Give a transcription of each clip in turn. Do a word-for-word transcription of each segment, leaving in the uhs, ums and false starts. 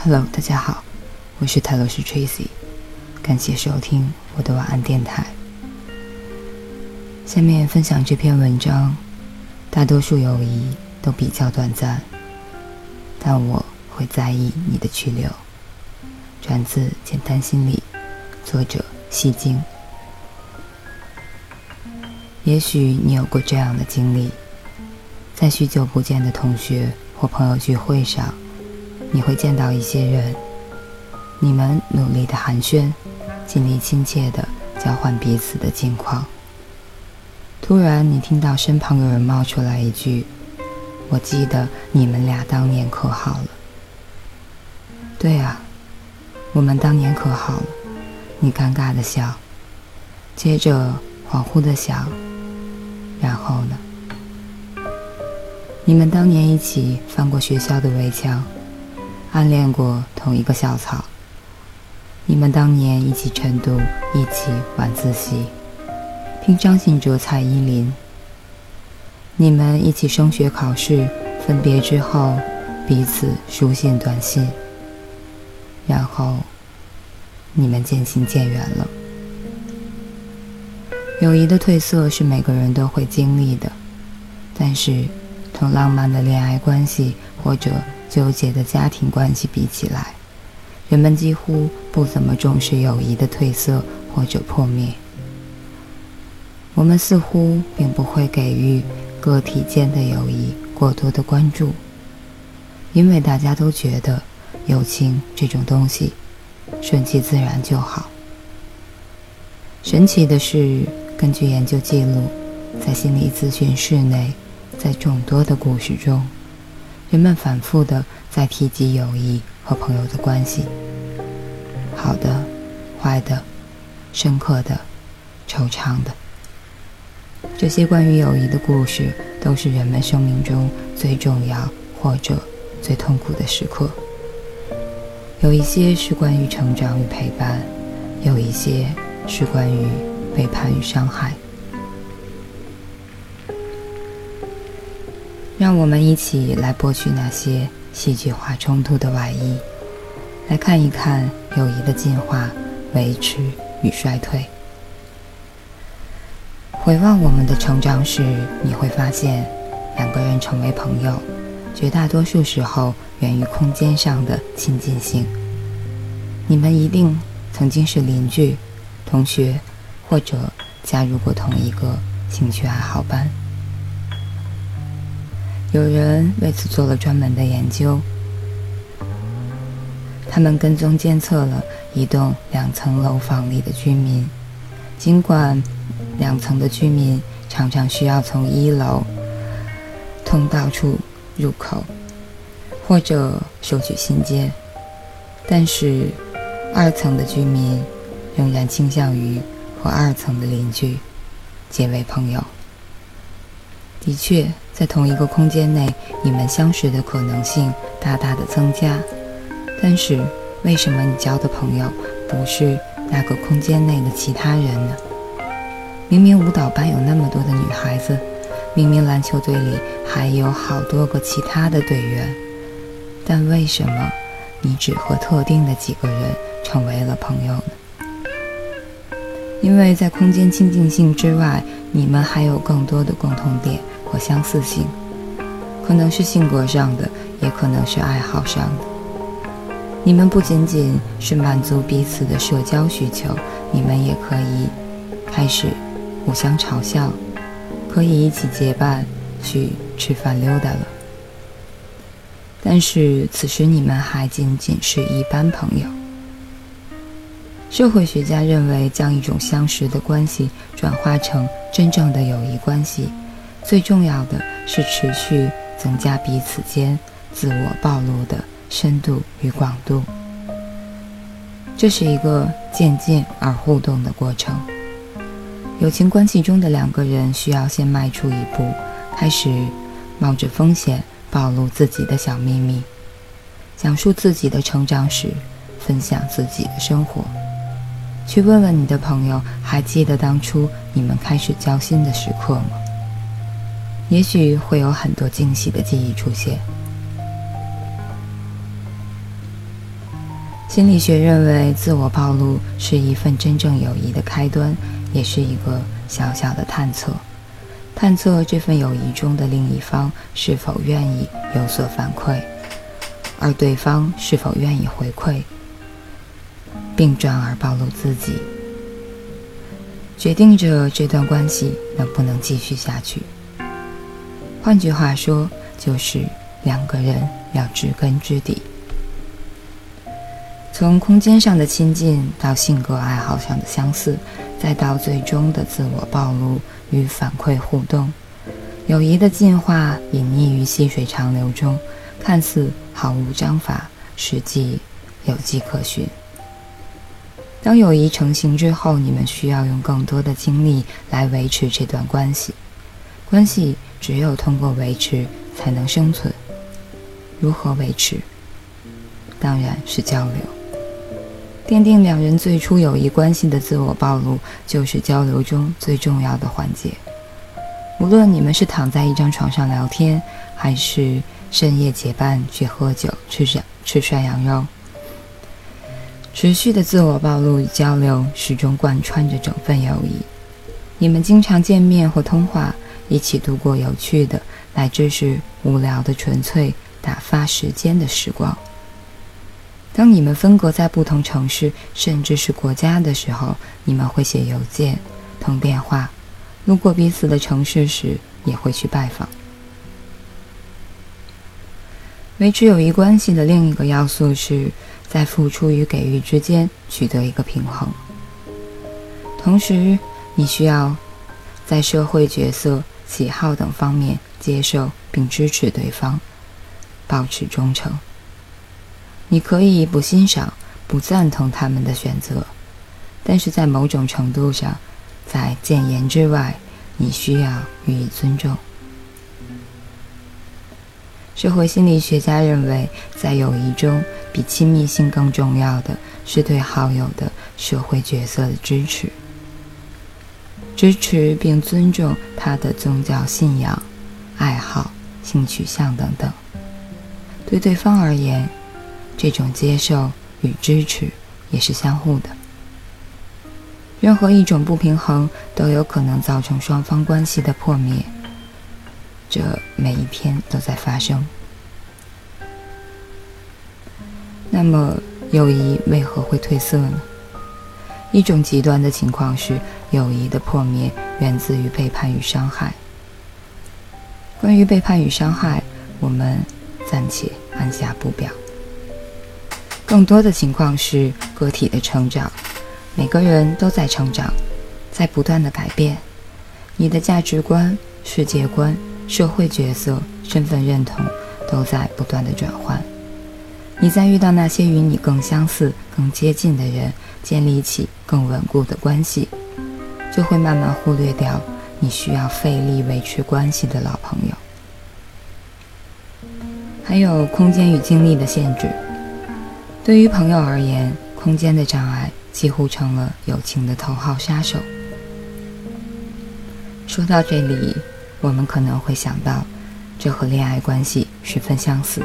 Hello， 大家好，我是泰罗斯 Tracy， 感谢收听我的晚安电台。下面分享这篇文章，大多数友谊都比较短暂，但我会在意你的去留。转自简单心理，作者西京。也许你有过这样的经历，在许久不见的同学或朋友聚会上，你会见到一些人，你们努力的寒暄，尽力亲切地交换彼此的近况。突然你听到身旁有人冒出来一句，我记得你们俩当年可好了。对啊，我们当年可好了。你尴尬地笑，接着恍惚地想，然后呢？你们当年一起翻过学校的围墙，暗恋过同一个校草，你们当年一起晨读，一起晚自习，听张信哲、蔡依林，你们一起升学考试，分别之后彼此书信短信，然后你们渐行渐远了。友谊的褪色是每个人都会经历的，但是同浪漫的恋爱关系或者纠结的家庭关系比起来，人们几乎不怎么重视友谊的褪色或者破灭。我们似乎并不会给予个体间的友谊过多的关注，因为大家都觉得友情这种东西顺其自然就好。神奇的是，根据研究记录，在心理咨询室内，在众多的故事中，人们反复地在提及友谊和朋友的关系，好的、坏的、深刻的、惆怅的。这些关于友谊的故事，都是人们生命中最重要或者最痛苦的时刻。有一些是关于成长与陪伴，有一些是关于背叛与伤害。让我们一起来剥去那些戏剧化冲突的外衣，来看一看友谊的进化、维持与衰退。回望我们的成长史，你会发现，两个人成为朋友，绝大多数时候源于空间上的亲近性。你们一定曾经是邻居、同学，或者加入过同一个兴趣爱好班。有人为此做了专门的研究，他们跟踪监测了一栋两层楼房里的居民，尽管两层的居民常常需要从一楼通道处入口，或者收取信件，但是二层的居民仍然倾向于和二层的邻居结为朋友。的确，在同一个空间内，你们相识的可能性大大的增加，但是为什么你交的朋友不是那个空间内的其他人呢？明明舞蹈班有那么多的女孩子，明明篮球队里还有好多个其他的队员，但为什么你只和特定的几个人成为了朋友呢？因为在空间亲近性之外，你们还有更多的共同点和相似性，可能是性格上的，也可能是爱好上的。你们不仅仅是满足彼此的社交需求，你们也可以开始互相嘲笑，可以一起结伴去吃饭溜达了。但是此时你们还仅仅是一般朋友。社会学家认为，将一种相识的关系转化成真正的友谊关系，最重要的是持续增加彼此间自我暴露的深度与广度。这是一个渐进而互动的过程。友情关系中的两个人需要先迈出一步，开始冒着风险暴露自己的小秘密，讲述自己的成长史，分享自己的生活。去问问你的朋友，还记得当初你们开始交心的时刻吗？也许会有很多惊喜的记忆出现。 心理学认为，自我暴露是一份真正友谊的开端，也是一个小小的探测。探测这份友谊中的另一方是否愿意有所反馈，而对方是否愿意回馈，并转而暴露自己，决定着这段关系能不能继续下去。换句话说，就是两个人要知根知底。从空间上的亲近到性格爱好上的相似，再到最终的自我暴露与反馈互动，友谊的进化隐匿于细水长流中，看似毫无章法，实际有迹可循。当友谊成型之后，你们需要用更多的精力来维持这段关系。关系只有通过维持才能生存。如何维持？当然是交流。奠定两人最初友谊关系的自我暴露，就是交流中最重要的环节。无论你们是躺在一张床上聊天，还是深夜结伴去喝酒、吃吃涮羊肉，持续的自我暴露与交流始终贯穿着整份友谊。你们经常见面或通话，一起度过有趣的乃至是无聊的纯粹打发时间的时光。当你们分隔在不同城市甚至是国家的时候，你们会写邮件、通电话，路过彼此的城市时也会去拜访。维持友谊关系的另一个要素是在付出与给予之间取得一个平衡。同时，你需要在社会角色、喜好等方面接受并支持对方，保持忠诚。你可以不欣赏、不赞同他们的选择，但是在某种程度上，在谏言之外，你需要予以尊重。社会心理学家认为，在友谊中，比亲密性更重要的是对好友的社会角色的支持，支持并尊重他的宗教信仰、爱好、性取向等等。对对方而言，这种接受与支持也是相互的。任何一种不平衡都有可能造成双方关系的破灭，这每一天都在发生。那么，友谊为何会褪色呢？一种极端的情况是，友谊的破灭源自于背叛与伤害。关于背叛与伤害，我们暂且按下不表。更多的情况是个体的成长，每个人都在成长，在不断的改变。你的价值观、世界观、社会角色、身份认同都在不断的转换。你在遇到那些与你更相似、更接近的人，建立起更稳固的关系，就会慢慢忽略掉你需要费力维持关系的老朋友。还有空间与精力的限制。对于朋友而言，空间的障碍几乎成了友情的头号杀手。说到这里，我们可能会想到，这和恋爱关系十分相似。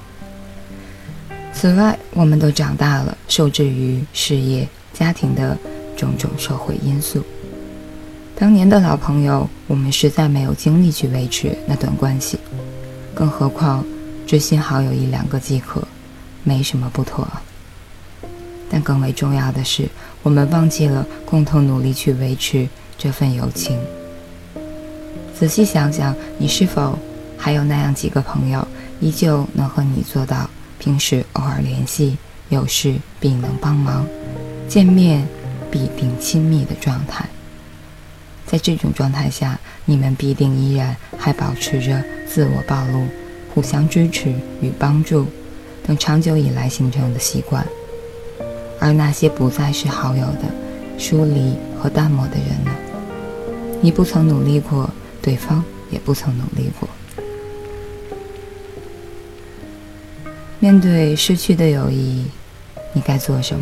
此外，我们都长大了，受制于事业、家庭的种种社会因素。当年的老朋友，我们实在没有精力去维持那段关系，更何况知心好友一两个即可，没什么不妥。但更为重要的是，我们忘记了共同努力去维持这份友情。仔细想想，你是否还有那样几个朋友，依旧能和你做到平时偶尔联系，有事必能帮忙，见面必定亲密的状态？在这种状态下，你们必定依然还保持着自我暴露、互相支持与帮助等长久以来形成的习惯。而那些不再是好友的、疏离和淡漠的人呢？你不曾努力过，对方也不曾努力过。面对失去的友谊，你该做什么？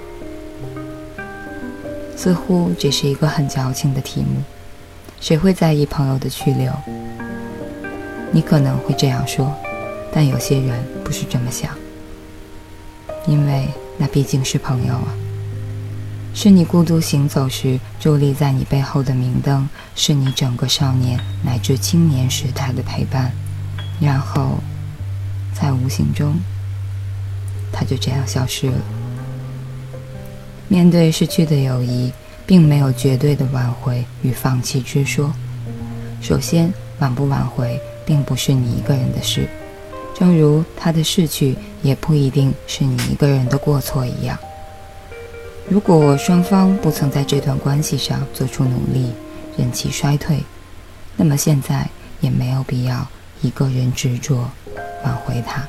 似乎这是一个很矫情的题目，谁会在意朋友的去留？你可能会这样说，但有些人不是这么想，因为那毕竟是朋友啊。是你孤独行走时伫立在你背后的明灯，是你整个少年乃至青年时代的陪伴，然后在无形中他就这样消失了。面对逝去的友谊，并没有绝对的挽回与放弃之说。首先，挽不挽回并不是你一个人的事，正如他的逝去也不一定是你一个人的过错一样。如果双方不曾在这段关系上做出努力，忍其衰退，那么现在也没有必要一个人执着挽回他。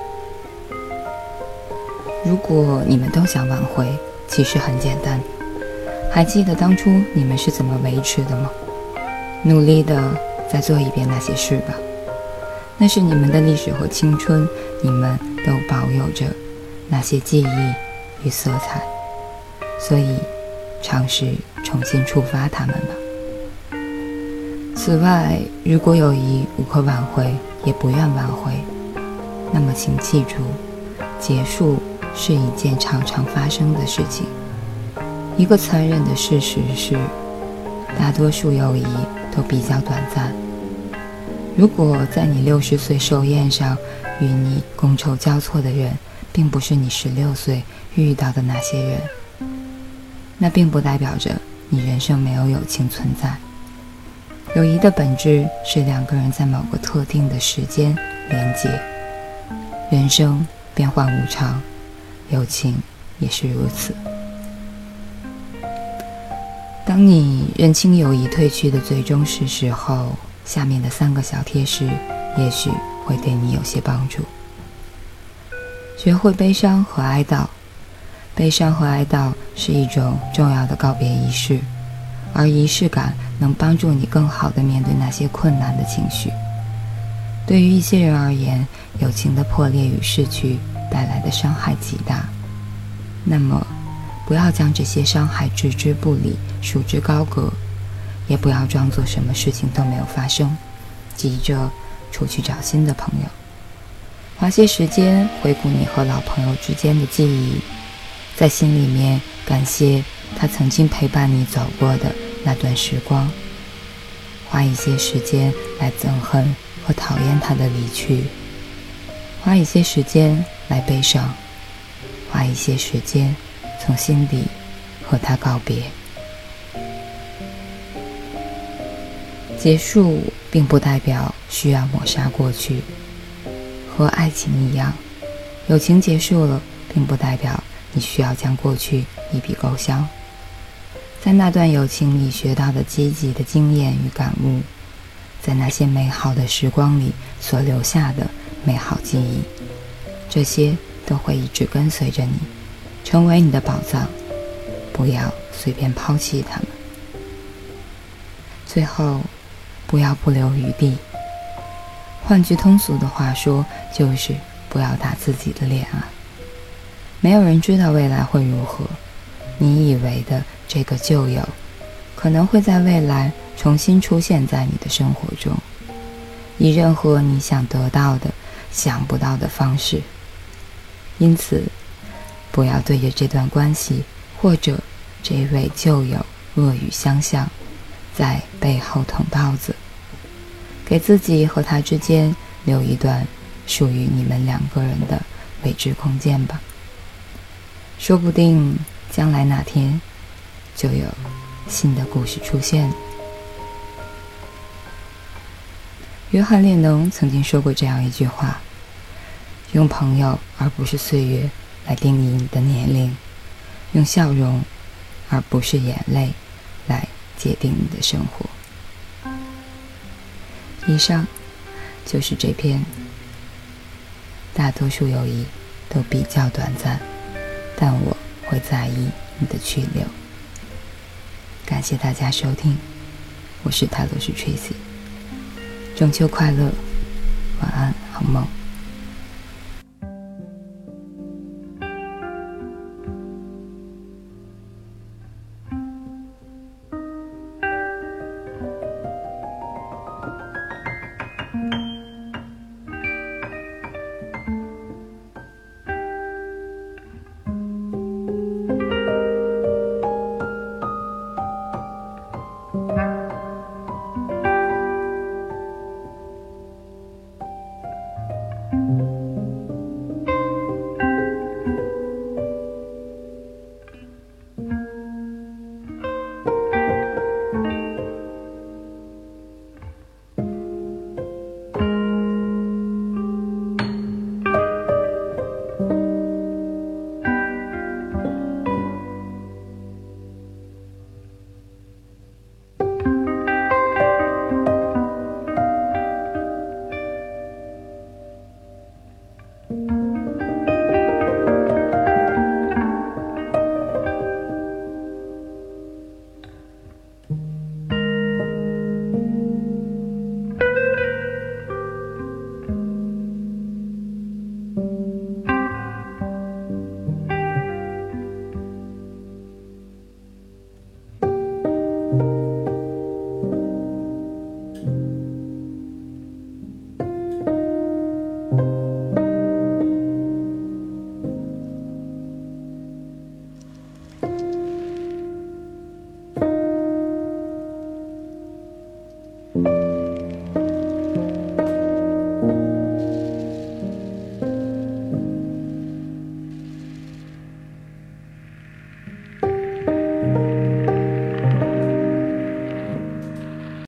如果你们都想挽回，其实很简单。还记得当初你们是怎么维持的吗？努力的再做一遍那些事吧，那是你们的历史和青春，你们都保有着那些记忆与色彩，所以尝试重新触发它们吧。此外，如果友谊无可挽回，也不愿挽回，那么请记住，结束是一件常常发生的事情。一个残忍的事实是，大多数友谊都比较短暂。如果在你六十岁寿宴上与你觥筹交错的人，并不是你十六岁遇到的那些人，那并不代表着你人生没有友情存在。友谊的本质是两个人在某个特定的时间连结。人生变幻无常，友情也是如此。当你认清友谊褪去的最终事实后，下面的三个小贴士也许会对你有些帮助。学会悲伤和哀悼。悲伤和哀悼是一种重要的告别仪式，而仪式感能帮助你更好地面对那些困难的情绪。对于一些人而言，友情的破裂与逝去带来的伤害极大，那么不要将这些伤害置之不理，束之高阁，也不要装作什么事情都没有发生，急着出去找新的朋友。花些时间回顾你和老朋友之间的记忆，在心里面感谢他曾经陪伴你走过的那段时光。花一些时间来憎恨和讨厌他的离去，花一些时间来悲伤，花一些时间从心底和他告别。结束并不代表需要抹杀过去，和爱情一样，友情结束了并不代表你需要将过去一笔勾销。在那段友情里学到的积极的经验与感悟，在那些美好的时光里所留下的美好记忆，这些都会一直跟随着你，成为你的宝藏，不要随便抛弃它们。最后，不要不留余地。换句通俗的话说，就是不要打自己的脸啊！没有人知道未来会如何，你以为的这个旧友，可能会在未来重新出现在你的生活中，以任何你想得到的、想不到的方式。因此，不要对着这段关系或者这位旧友恶语相向，在背后捅刀子，给自己和他之间留一段属于你们两个人的未知空间吧。说不定将来哪天就有新的故事出现。约翰列侬曾经说过这样一句话：用朋友而不是岁月来定义你的年龄，用笑容而不是眼泪来界定你的生活。以上就是这篇大多数友谊都比较短暂，但我会在意你的去留。感谢大家收听，我是泰罗斯 Tracy， 中秋快乐，晚安，好梦。